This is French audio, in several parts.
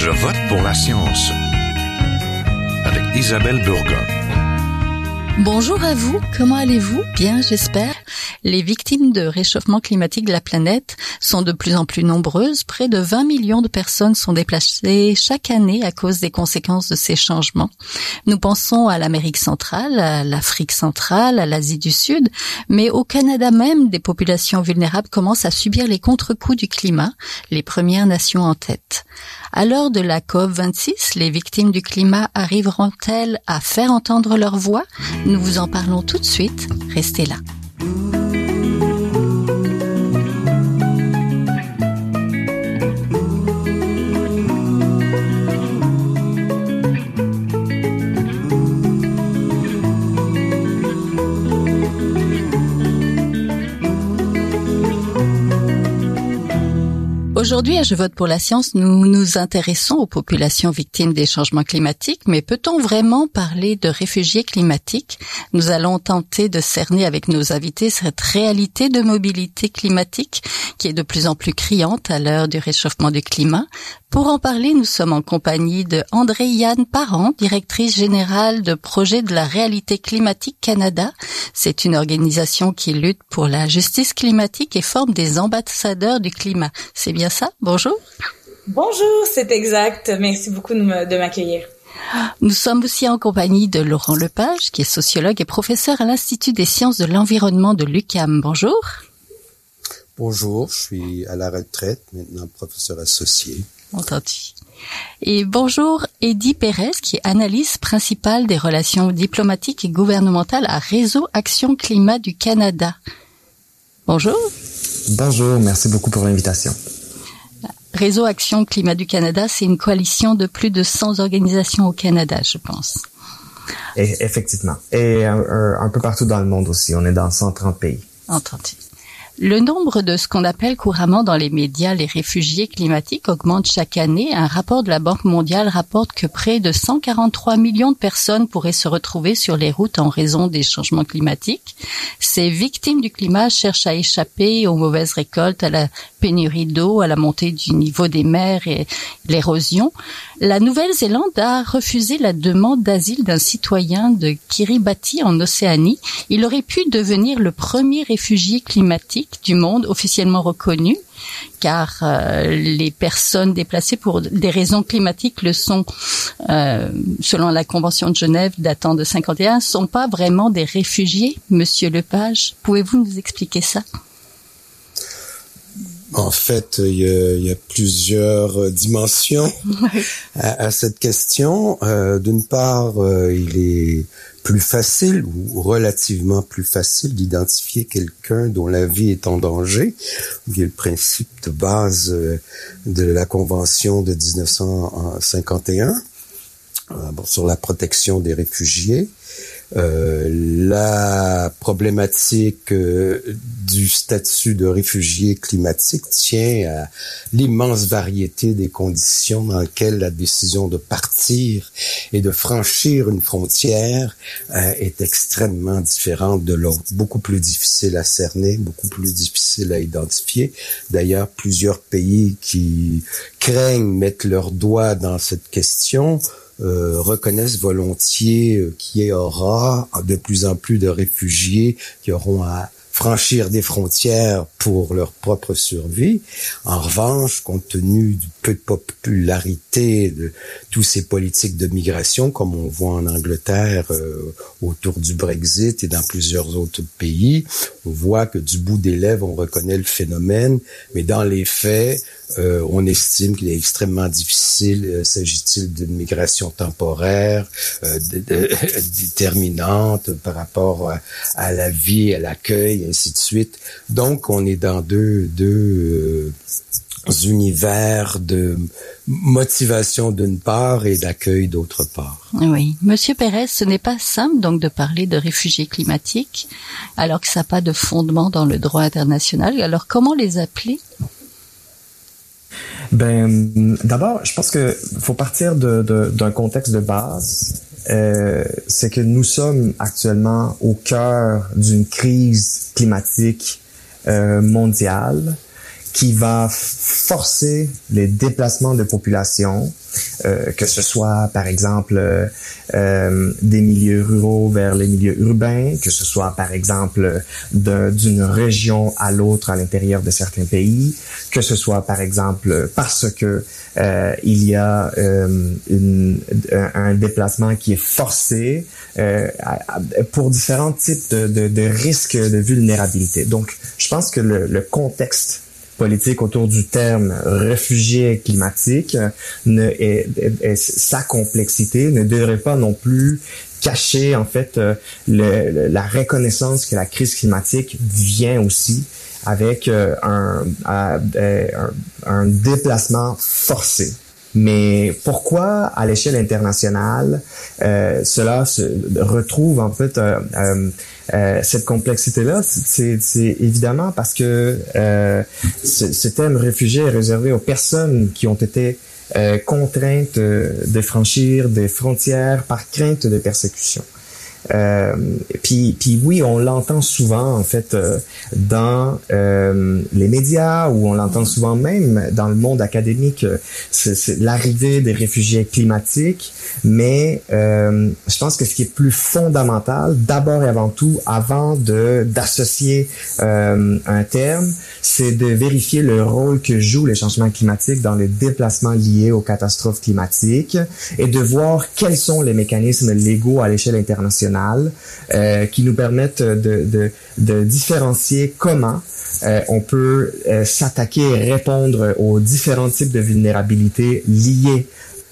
Je vote pour la science avec Isabelle Burgon. Bonjour à vous, comment allez-vous? Bien, j'espère. Les victimes de réchauffement climatique de la planète sont de plus en plus nombreuses. Près de 20 millions de personnes sont déplacées chaque année à cause des conséquences de ces changements. Nous pensons à l'Amérique centrale, à l'Afrique centrale, à l'Asie du Sud, mais au Canada même, des populations vulnérables commencent à subir les contre-coups du climat, les Premières Nations en tête. À l'heure de la COP26, les victimes du climat arriveront-elles à faire entendre leur voix? Nous vous en parlons tout de suite. Restez là. Aujourd'hui, à Je vote pour la science, nous nous intéressons aux populations victimes des changements climatiques, mais peut-on vraiment parler de réfugiés climatiques? Nous allons tenter de cerner avec nos invités cette réalité de mobilité climatique qui est de plus en plus criante à l'heure du réchauffement du climat. Pour en parler, nous sommes en compagnie de André-Yann Parent, directrice générale de projet de la Réalité climatique Canada. C'est une organisation qui lutte pour la justice climatique et forme des ambassadeurs du climat. C'est bien ça? Bonjour. Bonjour, c'est exact. Merci beaucoup de m'accueillir. Nous sommes aussi en compagnie de Laurent Lepage, qui est sociologue et professeur à l'Institut des sciences de l'environnement de l'UQAM. Bonjour. Bonjour, je suis à la retraite, maintenant professeur associé. Entendu. Et bonjour Eddy Pérez, qui est analyste principale des relations diplomatiques et gouvernementales à Réseau Action Climat du Canada. Bonjour. Bonjour, merci beaucoup pour l'invitation. Réseau Action Climat du Canada, c'est une coalition de plus de 100 organisations au Canada, je pense. Et, effectivement. Et un peu partout dans le monde aussi. On est dans 130 pays. Entendu. Le nombre de ce qu'on appelle couramment dans les médias les réfugiés climatiques augmente chaque année. Un rapport de la Banque mondiale rapporte que près de 143 millions de personnes pourraient se retrouver sur les routes en raison des changements climatiques. Ces victimes du climat cherchent à échapper aux mauvaises récoltes, à la pénurie d'eau, à la montée du niveau des mers et l'érosion. La Nouvelle-Zélande a refusé la demande d'asile d'un citoyen de Kiribati en Océanie. Il aurait pu devenir le premier réfugié climatique du monde officiellement reconnu, car les personnes déplacées pour des raisons climatiques le sont, selon la Convention de Genève datant de 51, sont pas vraiment des réfugiés. Monsieur Lepage, pouvez-vous nous expliquer ça? En fait, il y a plusieurs dimensions à cette question. D'une part, il est plus facile ou relativement plus facile d'identifier quelqu'un dont la vie est en danger. Il y a le principe de base de la Convention de 1951 sur la protection des réfugiés. La problématique du statut de réfugié climatique tient à l'immense variété des conditions dans lesquelles la décision de partir et de franchir une frontière est extrêmement différente de l'autre, beaucoup plus difficile à cerner, beaucoup plus difficile à identifier. D'ailleurs, plusieurs pays qui craignent mettre leur doigt dans cette question reconnaissent volontiers qu'il y aura de plus en plus de réfugiés qui auront à franchir des frontières pour leur propre survie. En revanche, compte tenu du peu de popularité de tous ces politiques de migration, comme on voit en Angleterre autour du Brexit et dans plusieurs autres pays, on voit que du bout des lèvres, on reconnaît le phénomène, mais dans les faits, on estime qu'il est extrêmement difficile, s'agit-il d'une migration temporaire, déterminante par rapport à la vie, à l'accueil, ainsi de suite. Donc, on est dans deux univers de motivation d'une part et d'accueil d'autre part. Oui. Monsieur Pérez, ce n'est pas simple donc de parler de réfugiés climatiques alors que ça n'a pas de fondement dans le droit international. Alors, comment les appeler? D'abord, je pense que faut partir d'un contexte de base. C'est que nous sommes actuellement au cœur d'une crise climatique mondiale qui va forcer les déplacements de population, que ce soit par exemple des milieux ruraux vers les milieux urbains, que ce soit par exemple d'une région à l'autre à l'intérieur de certains pays, que ce soit par exemple parce que il y a un déplacement qui est forcé pour différents types de risques de vulnérabilité. Donc, je pense que le contexte politique autour du terme réfugié climatique sa complexité ne devrait pas non plus cacher en fait la reconnaissance que la crise climatique vient aussi avec un déplacement forcé. Mais pourquoi, à l'échelle internationale, cela se retrouve en fait cette complexité-là? C'est évidemment parce que ce thème réfugié est réservé aux personnes qui ont été contraintes de franchir des frontières par crainte de persécution. Puis oui, on l'entend souvent en fait dans les médias, ou on l'entend souvent même dans le monde académique, c'est l'arrivée des réfugiés climatiques. Mais je pense que ce qui est plus fondamental, d'abord et avant tout, avant d'associer un terme, c'est de vérifier le rôle que jouent les changements climatiques dans les déplacements liés aux catastrophes climatiques, et de voir quels sont les mécanismes légaux à l'échelle internationale qui nous permettent de différencier comment on peut s'attaquer et répondre aux différents types de vulnérabilités liées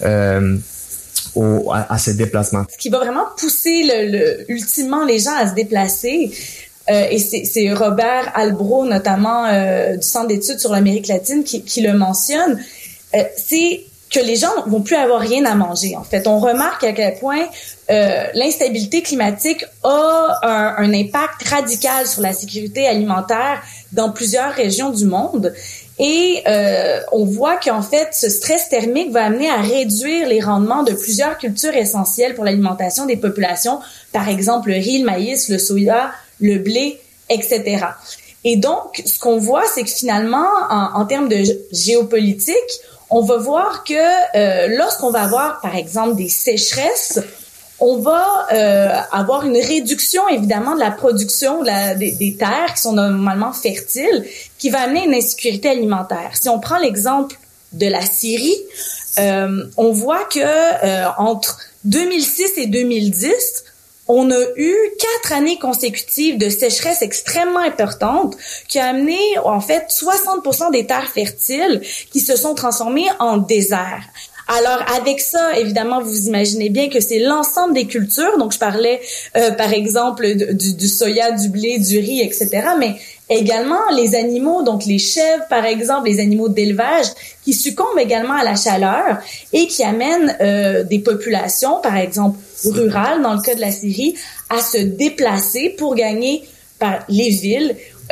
à ces déplacements. Ce qui va vraiment pousser ultimement les gens à se déplacer, et c'est Robert Albro, notamment du Centre d'études sur l'Amérique latine, qui le mentionne, c'est que les gens vont plus avoir rien à manger. En fait, on remarque à quel point l'instabilité climatique a un impact radical sur la sécurité alimentaire dans plusieurs régions du monde. Et on voit qu'en fait, ce stress thermique va amener à réduire les rendements de plusieurs cultures essentielles pour l'alimentation des populations, par exemple le riz, le maïs, le soya, le blé, etc. Et donc, ce qu'on voit, c'est que finalement, en termes de géopolitique, on va voir que lorsqu'on va avoir, par exemple, des sécheresses, on va avoir une réduction, évidemment, de la production des terres qui sont normalement fertiles, qui va amener une insécurité alimentaire. Si on prend l'exemple de la Syrie, on voit que entre 2006 et 2010, on a eu 4 années consécutives de sécheresse extrêmement importante qui a amené, en fait, 60% des terres fertiles qui se sont transformées en désert. Alors, avec ça, évidemment, vous imaginez bien que c'est l'ensemble des cultures. Donc, je parlais, par exemple, du soya, du blé, du riz, etc. Mais également les animaux, donc les chèvres, par exemple, les animaux d'élevage, qui succombent également à la chaleur et qui amènent des populations, par exemple, rurales, dans le cas de la Syrie, à se déplacer pour gagner les villes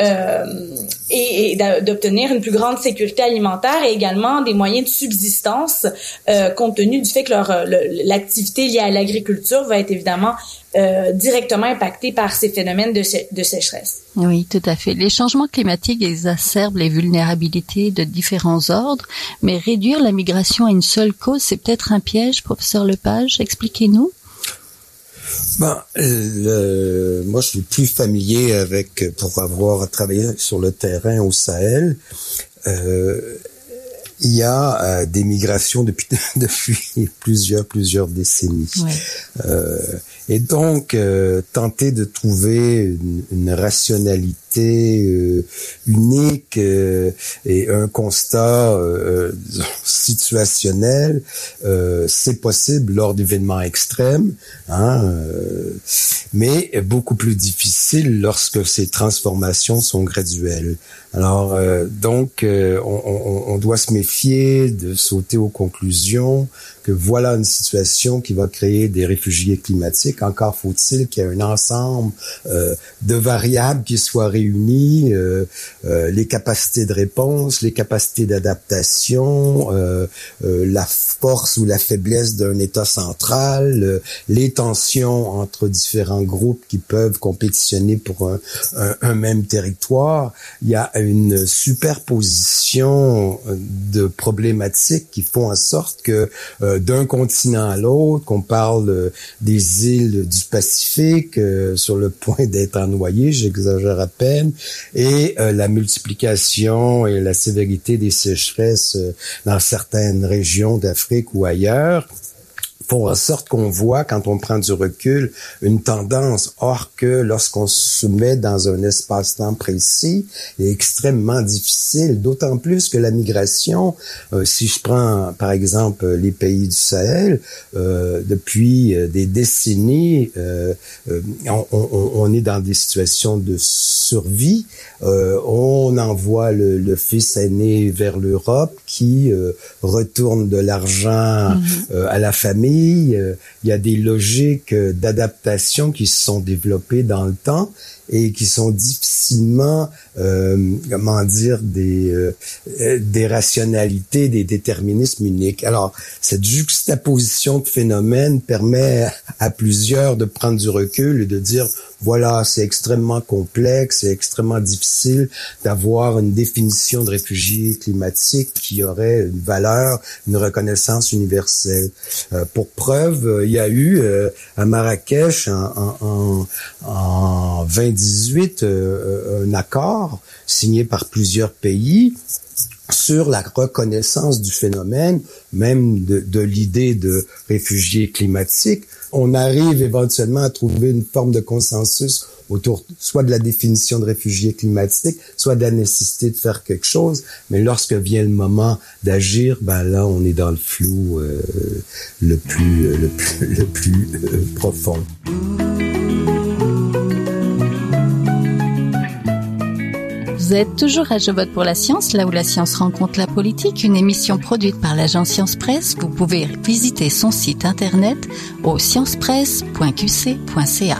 et d'obtenir une plus grande sécurité alimentaire et également des moyens de subsistance compte tenu du fait que l'activité liée à l'agriculture va être évidemment directement impactée par ces phénomènes de sécheresse. Oui, tout à fait. Les changements climatiques exacerbent les vulnérabilités de différents ordres, mais réduire la migration à une seule cause, c'est peut-être un piège, professeur Lepage. Expliquez-nous. Moi, je suis plus familier pour avoir travaillé sur le terrain au Sahel. Il y a des migrations depuis plusieurs décennies. Ouais. Et donc, tenter de trouver une rationalité unique et un constat situationnel, c'est possible lors d'événements extrêmes, mais beaucoup plus difficile lorsque ces transformations sont graduelles. Alors, on doit se méfier de sauter aux conclusions que voilà une situation qui va créer des réfugiés réfugiés climatiques. Encore faut-il qu'il y ait un ensemble de variables qui soient réunies, les capacités de réponse, les capacités d'adaptation, la force ou la faiblesse d'un État central, les tensions entre différents groupes qui peuvent compétitionner pour un même territoire. Il y a une superposition de problématiques qui font en sorte que d'un continent à l'autre, qu'on parle des îles du Pacifique sur le point d'être ennoyées, j'exagère à peine, et la multiplication et la sévérité des sécheresses dans certaines régions d'Afrique ou ailleurs, font en sorte qu'on voit, quand on prend du recul, une tendance. Or que lorsqu'on se met dans un espace-temps précis, est extrêmement difficile, d'autant plus que la migration, si je prends par exemple les pays du Sahel, depuis des décennies, on est dans des situations de survie. On envoie le fils aîné vers l'Europe qui retourne de l'argent à la famille. Il y a des logiques d'adaptation qui se sont développées dans le temps et qui sont difficilement, des rationalités, des déterminismes uniques. Alors, cette juxtaposition de phénomènes permet à plusieurs de prendre du recul et de dire, voilà, c'est extrêmement complexe, c'est extrêmement difficile d'avoir une définition de réfugié climatique qui aurait une valeur, une reconnaissance universelle. Pour preuve, il y a eu à Marrakech en 2018 un accord signé par plusieurs pays sur la reconnaissance du phénomène, même de l'idée de réfugiés climatiques. On arrive éventuellement à trouver une forme de consensus autour soit de la définition de réfugiés climatiques, soit de la nécessité de faire quelque chose. Mais lorsque vient le moment d'agir, ben là, on est dans le flou le plus profond. Vous êtes toujours à Je vote pour la science, là où la science rencontre la politique, une émission produite par l'agence Science Presse. Vous pouvez visiter son site internet au sciencepresse.qc.ca.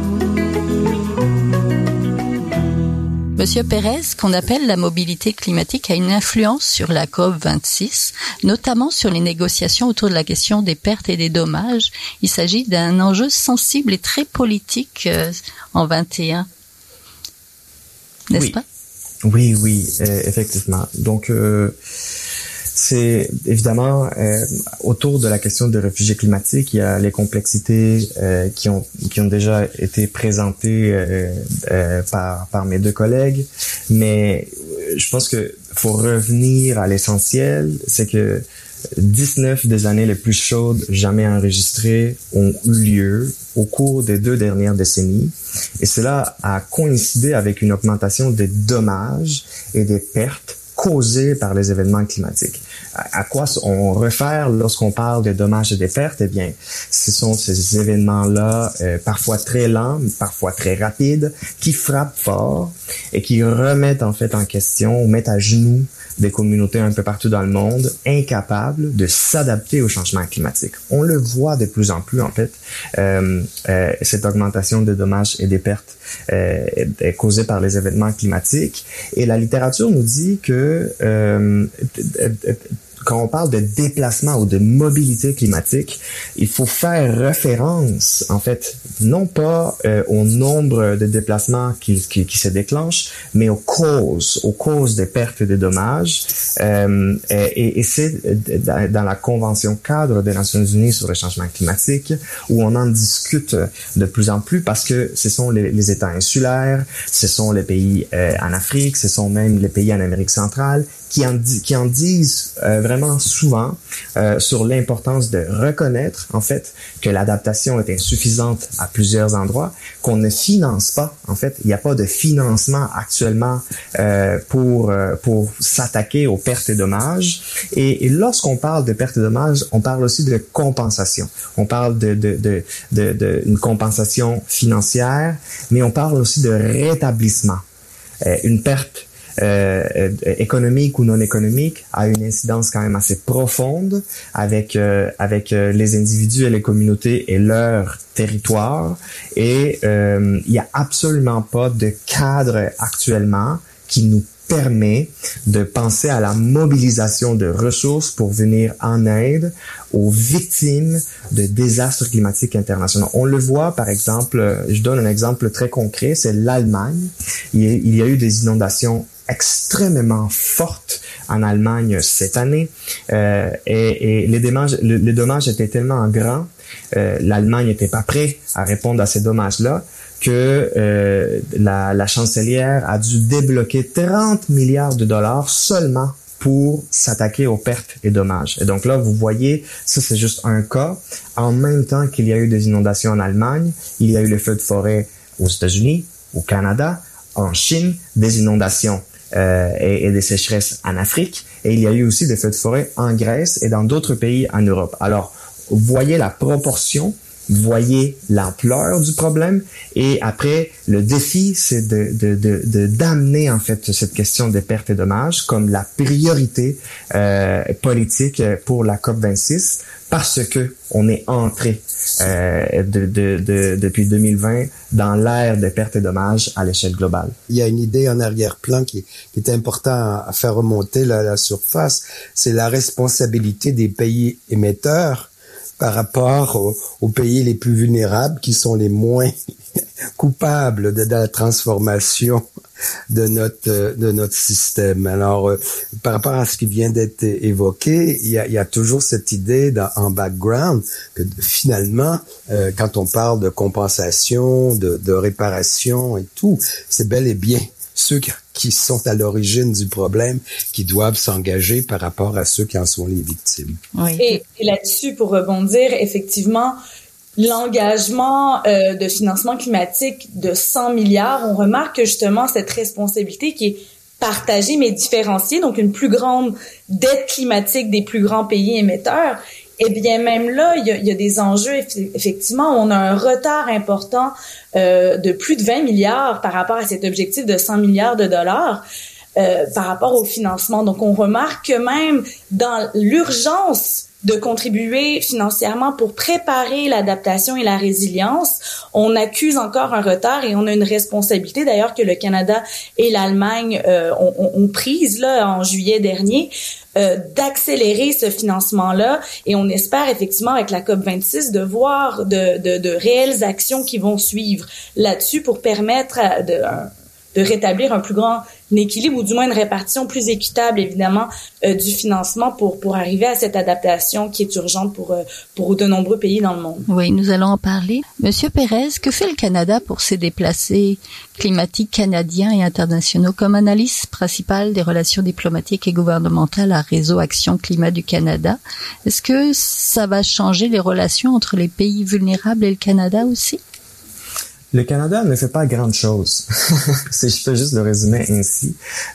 Monsieur Pérez, qu'on appelle la mobilité climatique, a une influence sur la COP26, notamment sur les négociations autour de la question des pertes et des dommages. Il s'agit d'un enjeu sensible et très politique en 21. N'est-ce pas? Oui, effectivement. Donc, c'est évidemment autour de la question des réfugiés climatiques, il y a les complexités qui ont déjà été présentées par mes deux collègues, mais je pense que faut revenir à l'essentiel, c'est que 19 des années les plus chaudes jamais enregistrées ont eu lieu au cours des 2 dernières décennies, et cela a coïncidé avec une augmentation des dommages et des pertes causées par les événements climatiques. À quoi on réfère lorsqu'on parle des dommages et des pertes? Eh bien, ce sont ces événements-là, parfois très lents, parfois très rapides, qui frappent fort et qui remettent en fait en question, ou mettent à genoux des communautés un peu partout dans le monde, incapables de s'adapter au changement climatique. On le voit de plus en plus, en fait, cette augmentation des dommages et des pertes est causée par les événements climatiques. Et la littérature nous dit que quand on parle de déplacement ou de mobilité climatique, il faut faire référence, en fait, non pas au nombre de déplacements qui se déclenchent, mais aux causes des pertes et des dommages. Et c'est dans la Convention cadre des Nations Unies sur le changement climatique où on en discute de plus en plus, parce que ce sont les États insulaires, ce sont les pays en Afrique, ce sont même les pays en Amérique centrale qui en disent vraiment souvent sur l'importance de reconnaître en fait que l'adaptation est insuffisante à plusieurs endroits, qu'on ne finance pas, en fait, il n'y a pas de financement actuellement pour s'attaquer aux pertes et dommages. Et lorsqu'on parle de pertes et dommages, on parle aussi de compensation. On parle de une compensation financière, mais on parle aussi de rétablissement. Une perte économique ou non économique, a une incidence quand même assez profonde avec les individus et les communautés et leur territoire. Et il y a absolument pas de cadre actuellement qui nous permet de penser à la mobilisation de ressources pour venir en aide aux victimes de désastres climatiques internationaux. On le voit, par exemple, je donne un exemple très concret, c'est l'Allemagne. Il y a eu des inondations extrêmement fortes en Allemagne cette année et les dommages étaient tellement grands, l'Allemagne n'était pas prête à répondre à ces dommages-là, que la chancelière a dû débloquer 30 milliards de dollars seulement pour s'attaquer aux pertes et dommages. Et donc là, vous voyez, ça c'est juste un cas. En même temps qu'il y a eu des inondations en Allemagne, il y a eu les feux de forêt aux États-Unis, au Canada, en Chine, des inondations et des sécheresses en Afrique. Et il y a eu aussi des feux de forêt en Grèce et dans d'autres pays en Europe. Alors, voyez la proportion, voyez l'ampleur du problème, et après le défi, c'est d'amener en fait cette question des pertes et dommages comme la priorité politique pour la COP26, parce que on est entré depuis 2020 dans l'ère des pertes et dommages à l'échelle globale. Il y a une idée en arrière-plan qui est important à faire remonter là, à la surface, c'est la responsabilité des pays émetteurs par rapport aux pays les plus vulnérables qui sont les moins coupables de la transformation de notre système. Alors, par rapport à ce qui vient d'être évoqué, il y a toujours cette idée en background que finalement, quand on parle de compensation, de réparation et tout, c'est bel et bien ceux qui sont à l'origine du problème qui doivent s'engager par rapport à ceux qui en sont les victimes. Oui. Et là-dessus, pour rebondir, effectivement, l'engagement de financement climatique de 100 milliards, on remarque que justement cette responsabilité qui est partagée mais différenciée, donc une plus grande dette climatique des plus grands pays émetteurs, eh bien même là, il y a des enjeux, effectivement, on a un retard important de plus de 20 milliards par rapport à cet objectif de 100 milliards de dollars par rapport au financement. Donc on remarque que même dans l'urgence de contribuer financièrement pour préparer l'adaptation et la résilience, on accuse encore un retard et on a une responsabilité d'ailleurs que le Canada et l'Allemagne ont prise là en juillet dernier d'accélérer ce financement-là, et on espère effectivement avec la COP26 de voir de réelles actions qui vont suivre là-dessus pour permettre de rétablir un plus grand équilibre ou du moins une répartition plus équitable évidemment du financement pour arriver à cette adaptation qui est urgente pour de nombreux pays dans le monde. Oui, nous allons en parler. Monsieur Pérez, que fait le Canada pour ses déplacés climatiques canadiens et internationaux? Comme analyste principale des relations diplomatiques et gouvernementales à Réseau Action Climat du Canada, est-ce que ça va changer les relations entre les pays vulnérables et le Canada aussi? Le Canada ne fait pas grande chose. Je peux juste le résumer ainsi.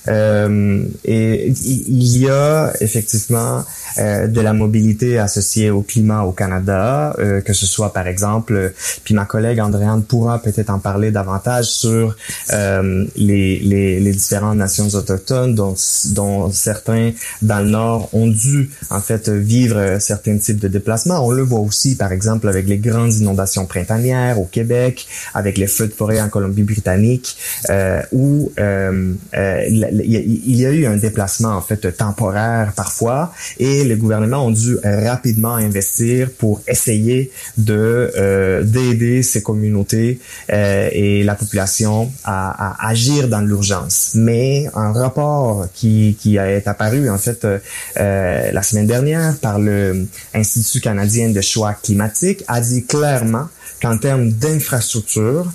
Et il y a effectivement de la mobilité associée au climat au Canada, que ce soit par exemple, puis ma collègue Andréane pourra peut-être en parler davantage sur les différentes nations autochtones dont certains dans le Nord ont dû en fait vivre certains types de déplacements. On le voit aussi par exemple avec les grandes inondations printanières au Québec, avec les feux de forêt en Colombie-Britannique, où il y a eu un déplacement en fait temporaire parfois, et les gouvernements ont dû rapidement investir pour essayer d'aider ces communautés et la population à agir dans l'urgence. Mais un rapport qui est apparu en fait la semaine dernière par le Institut canadien de choix climatique a dit clairement qu'en termes d'infrastructure,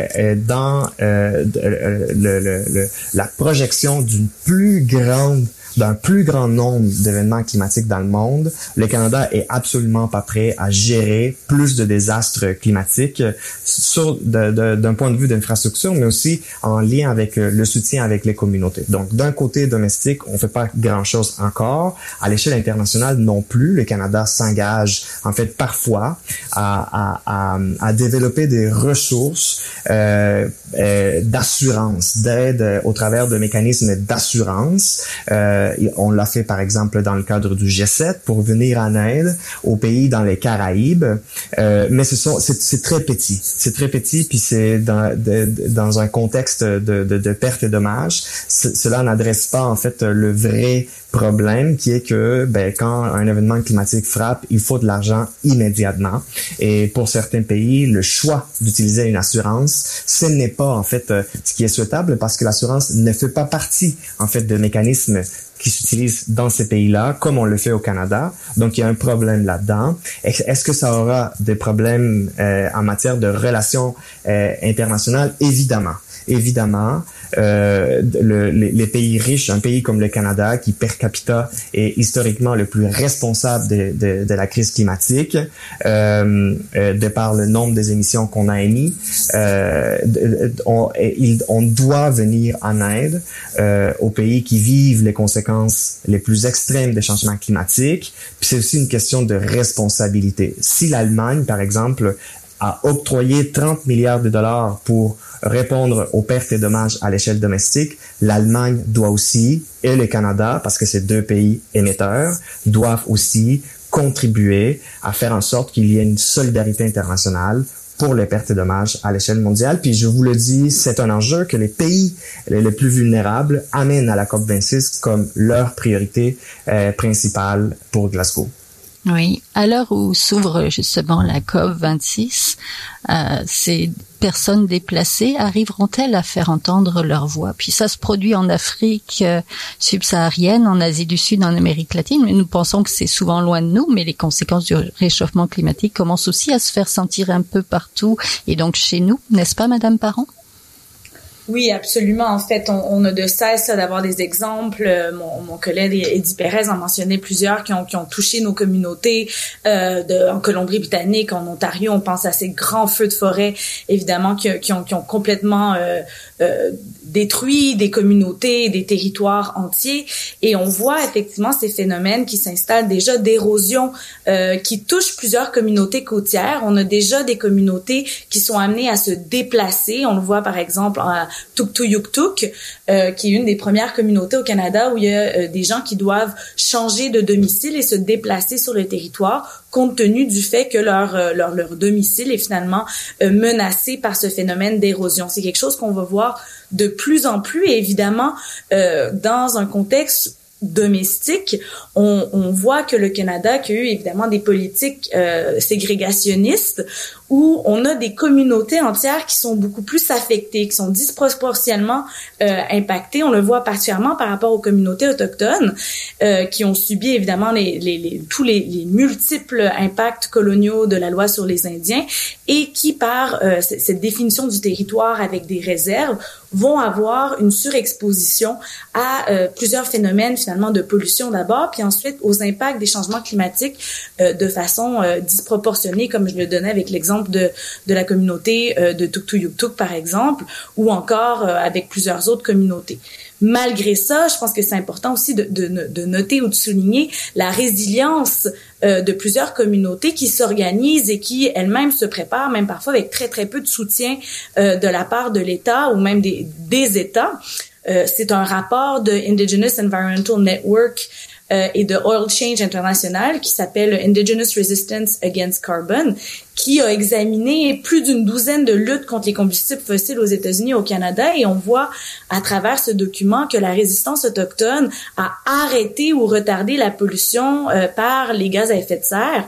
dans la projection d'une plus grande d'un plus grand nombre d'événements climatiques dans le monde, le Canada est absolument pas prêt à gérer plus de désastres climatiques d'un point de vue d'infrastructure, mais aussi en lien avec le soutien avec les communautés. Donc, d'un côté domestique, on fait pas grand-chose encore. À l'échelle internationale non plus. Le Canada s'engage, en fait, parfois à développer des ressources d'assurance, d'aide au travers de mécanismes d'assurance. On l'a fait, par exemple, dans le cadre du G7 pour venir en aide aux pays dans les Caraïbes. Mais c'est très petit. C'est très petit, puis c'est dans un contexte de perte et dommages. Cela n'adresse pas, en fait, le vrai problème qui est que quand un événement climatique frappe, il faut de l'argent immédiatement. Et pour certains pays, le choix d'utiliser une assurance, ce n'est pas en fait ce qui est souhaitable parce que l'assurance ne fait pas partie en fait de mécanismes qui s'utilisent dans ces pays-là, comme on le fait au Canada. Donc, il y a un problème là-dedans. Est-ce que ça aura des problèmes en matière de relations internationales? Évidemment, les pays riches, un pays comme le Canada, qui per capita est historiquement le plus responsable de la crise climatique, de par le nombre des émissions qu'on a émis, on doit venir en aide aux pays qui vivent les conséquences les plus extrêmes des changements climatiques. Puis c'est aussi une question de responsabilité. Si l'Allemagne, par exemple, a octroyé 30 milliards de dollars pour répondre aux pertes et dommages à l'échelle domestique, l'Allemagne doit aussi, et le Canada, parce que ces deux pays émetteurs, doivent aussi contribuer à faire en sorte qu'il y ait une solidarité internationale pour les pertes et dommages à l'échelle mondiale. Puis je vous le dis, c'est un enjeu que les pays les plus vulnérables amènent à la COP26 comme leur priorité principale pour Glasgow. Oui, à l'heure où s'ouvre justement la COP26, ces personnes déplacées arriveront-elles à faire entendre leur voix? Puis ça se produit en Afrique subsaharienne, en Asie du Sud, en Amérique latine, mais nous pensons que c'est souvent loin de nous, mais les conséquences du réchauffement climatique commencent aussi à se faire sentir un peu partout, et donc chez nous, n'est-ce pas, Madame Parent? Oui, absolument. En fait, on a de cesse d'avoir des exemples. Mon collègue Eddie Perez en mentionnait plusieurs qui ont touché nos communautés en Colombie-Britannique, en Ontario. On pense à ces grands feux de forêt, évidemment, qui ont complètement détruit des communautés, des territoires entiers. Et on voit effectivement ces phénomènes qui s'installent déjà d'érosion qui touchent plusieurs communautés côtières. On a déjà des communautés qui sont amenées à se déplacer. On le voit par exemple à Tuktoyaktuk, qui est une des premières communautés au Canada où il y a des gens qui doivent changer de domicile et se déplacer sur le territoire compte tenu du fait que leur domicile est finalement menacé par ce phénomène d'érosion. C'est quelque chose qu'on va voir de plus en plus et évidemment dans un contexte domestique, on voit que le Canada qui a eu évidemment des politiques ségrégationnistes où on a des communautés entières qui sont beaucoup plus affectées, qui sont disproportionnellement impactées. On le voit particulièrement par rapport aux communautés autochtones qui ont subi évidemment tous les multiples impacts coloniaux de la loi sur les Indiens et qui, par cette définition du territoire avec des réserves, vont avoir une surexposition à plusieurs phénomènes finalement de pollution d'abord, puis ensuite aux impacts des changements climatiques de façon disproportionnée, comme je le donnais avec l'exemple de la communauté de Tuktoyaktuk par exemple, ou encore avec plusieurs autres communautés. Malgré ça, je pense que c'est important aussi de noter ou de souligner la résilience de plusieurs communautés qui s'organisent et qui elles-mêmes se préparent, même parfois avec très très peu de soutien de la part de l'État ou même des États. C'est un rapport de Indigenous Environmental Network et de Oil Change International qui s'appelle Indigenous Resistance Against Carbon, qui a examiné plus d'une douzaine de luttes contre les combustibles fossiles aux États-Unis et au Canada, et on voit à travers ce document que la résistance autochtone a arrêté ou retardé la pollution par les gaz à effet de serre.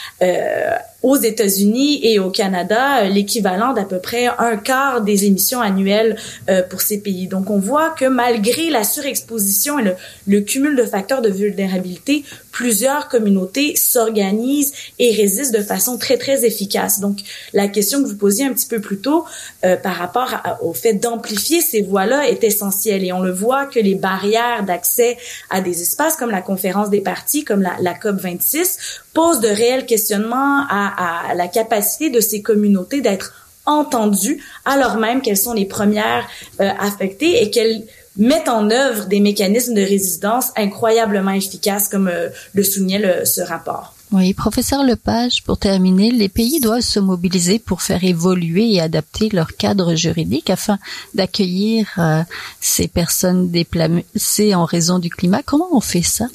Aux États-Unis et au Canada, l'équivalent d'à peu près un quart des émissions annuelles pour ces pays. Donc, on voit que malgré la surexposition et le cumul de facteurs de vulnérabilité, plusieurs communautés s'organisent et résistent de façon très, très efficace. Donc, la question que vous posiez un petit peu plus tôt par rapport au fait d'amplifier ces voix-là est essentielle. Et on le voit que les barrières d'accès à des espaces comme la conférence des partis, comme la COP26, posent de réels questionnements à la capacité de ces communautés d'être entendues, alors même qu'elles sont les premières affectées et qu'elles mettent en œuvre des mécanismes de résistance incroyablement efficaces, comme le soulignait ce rapport. Oui, professeur Lepage, pour terminer, les pays doivent se mobiliser pour faire évoluer et adapter leur cadre juridique afin d'accueillir ces personnes déplacées en raison du climat. Comment on fait ça?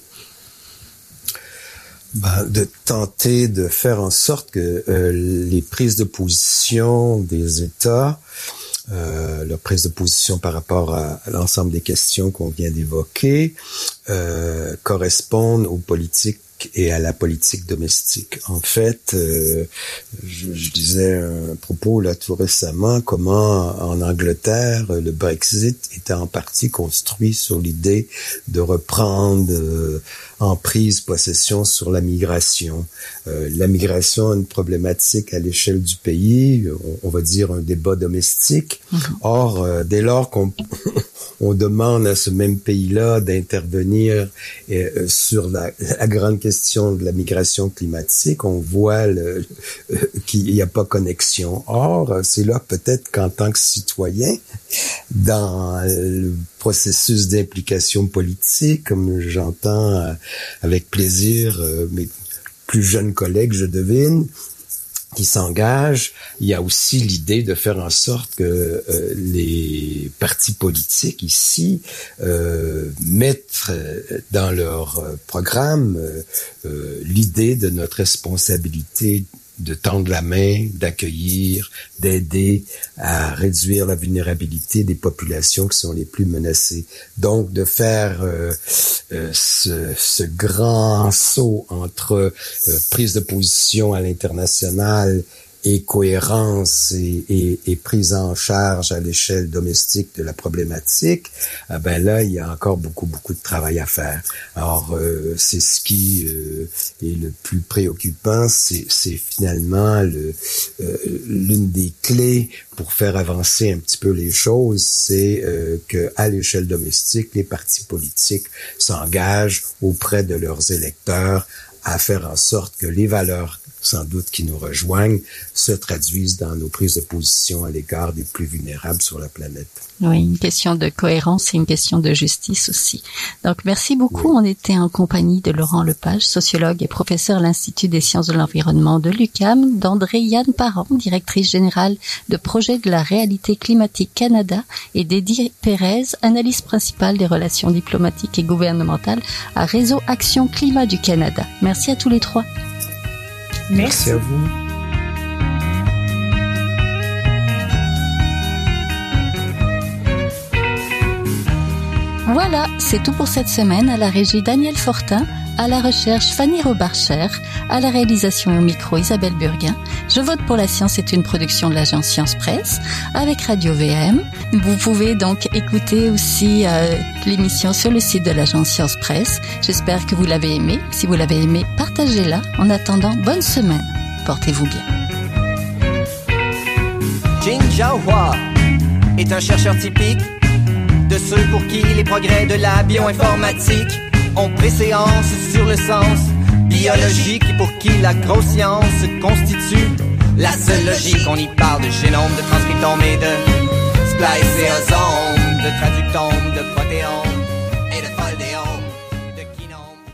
De tenter de faire en sorte que les prises de position des États, leur prise de position par rapport à l'ensemble des questions qu'on vient d'évoquer, correspondent aux politiques et à la politique domestique. En fait, je disais un propos là tout récemment, comment en Angleterre, le Brexit était en partie construit sur l'idée de reprendre en prise possession sur la migration. La migration est une problématique à l'échelle du pays, on va dire un débat domestique. Or, dès lors qu'on on demande à ce même pays-là d'intervenir sur la grande question de la migration climatique, on voit qu'il n'y a pas connexion. Or, c'est là peut-être qu'en tant que citoyen, dans le processus d'implication politique, comme j'entends avec plaisir mes plus jeunes collègues, je devine, qui s'engagent, il y a aussi l'idée de faire en sorte que les partis politiques ici mettent dans leur programme l'idée de notre responsabilité de tendre la main, d'accueillir, d'aider à réduire la vulnérabilité des populations qui sont les plus menacées. Donc, de faire ce grand saut entre prise de position à l'international et cohérence et prise en charge à l'échelle domestique de la problématique, là, il y a encore beaucoup de travail à faire. Alors, c'est ce qui est le plus préoccupant, c'est finalement l'une des clés pour faire avancer un petit peu les choses, c'est que à l'échelle domestique, les partis politiques s'engagent auprès de leurs électeurs à faire en sorte que les valeurs, sans doute, qui nous rejoignent, se traduisent dans nos prises de position à l'égard des plus vulnérables sur la planète. Oui, une question de cohérence et une question de justice aussi. Donc, merci beaucoup. Oui. On était en compagnie de Laurent Lepage, sociologue et professeur à l'Institut des sciences de l'environnement de l'UQAM, d'André-Yann Parent, directrice générale de projet de la réalité climatique Canada, et d'Eddie Pérez, analyste principale des relations diplomatiques et gouvernementales à Réseau Action Climat du Canada. Merci à tous les trois. Merci à vous. Voilà, c'est tout pour cette semaine. À la régie Daniel Fortin, à la recherche Fanny Robarcher, à la réalisation au micro Isabelle Burguin. Je vote pour la science est une production de l'agence Science Presse avec Radio VM. Vous pouvez donc écouter aussi l'émission sur le site de l'agence Science Presse. J'espère que vous l'avez aimé. Si vous l'avez aimé, partagez-la. En attendant, bonne semaine. Portez-vous bien. Jing Jiahua est un chercheur typique de ceux pour qui les progrès de la bioinformatique ont préséance sur le sens biologique et pour qui la grosse science constitue la seule logique. On y parle de génome, de transcriptome et de spliceosome, de traductome, de protéome.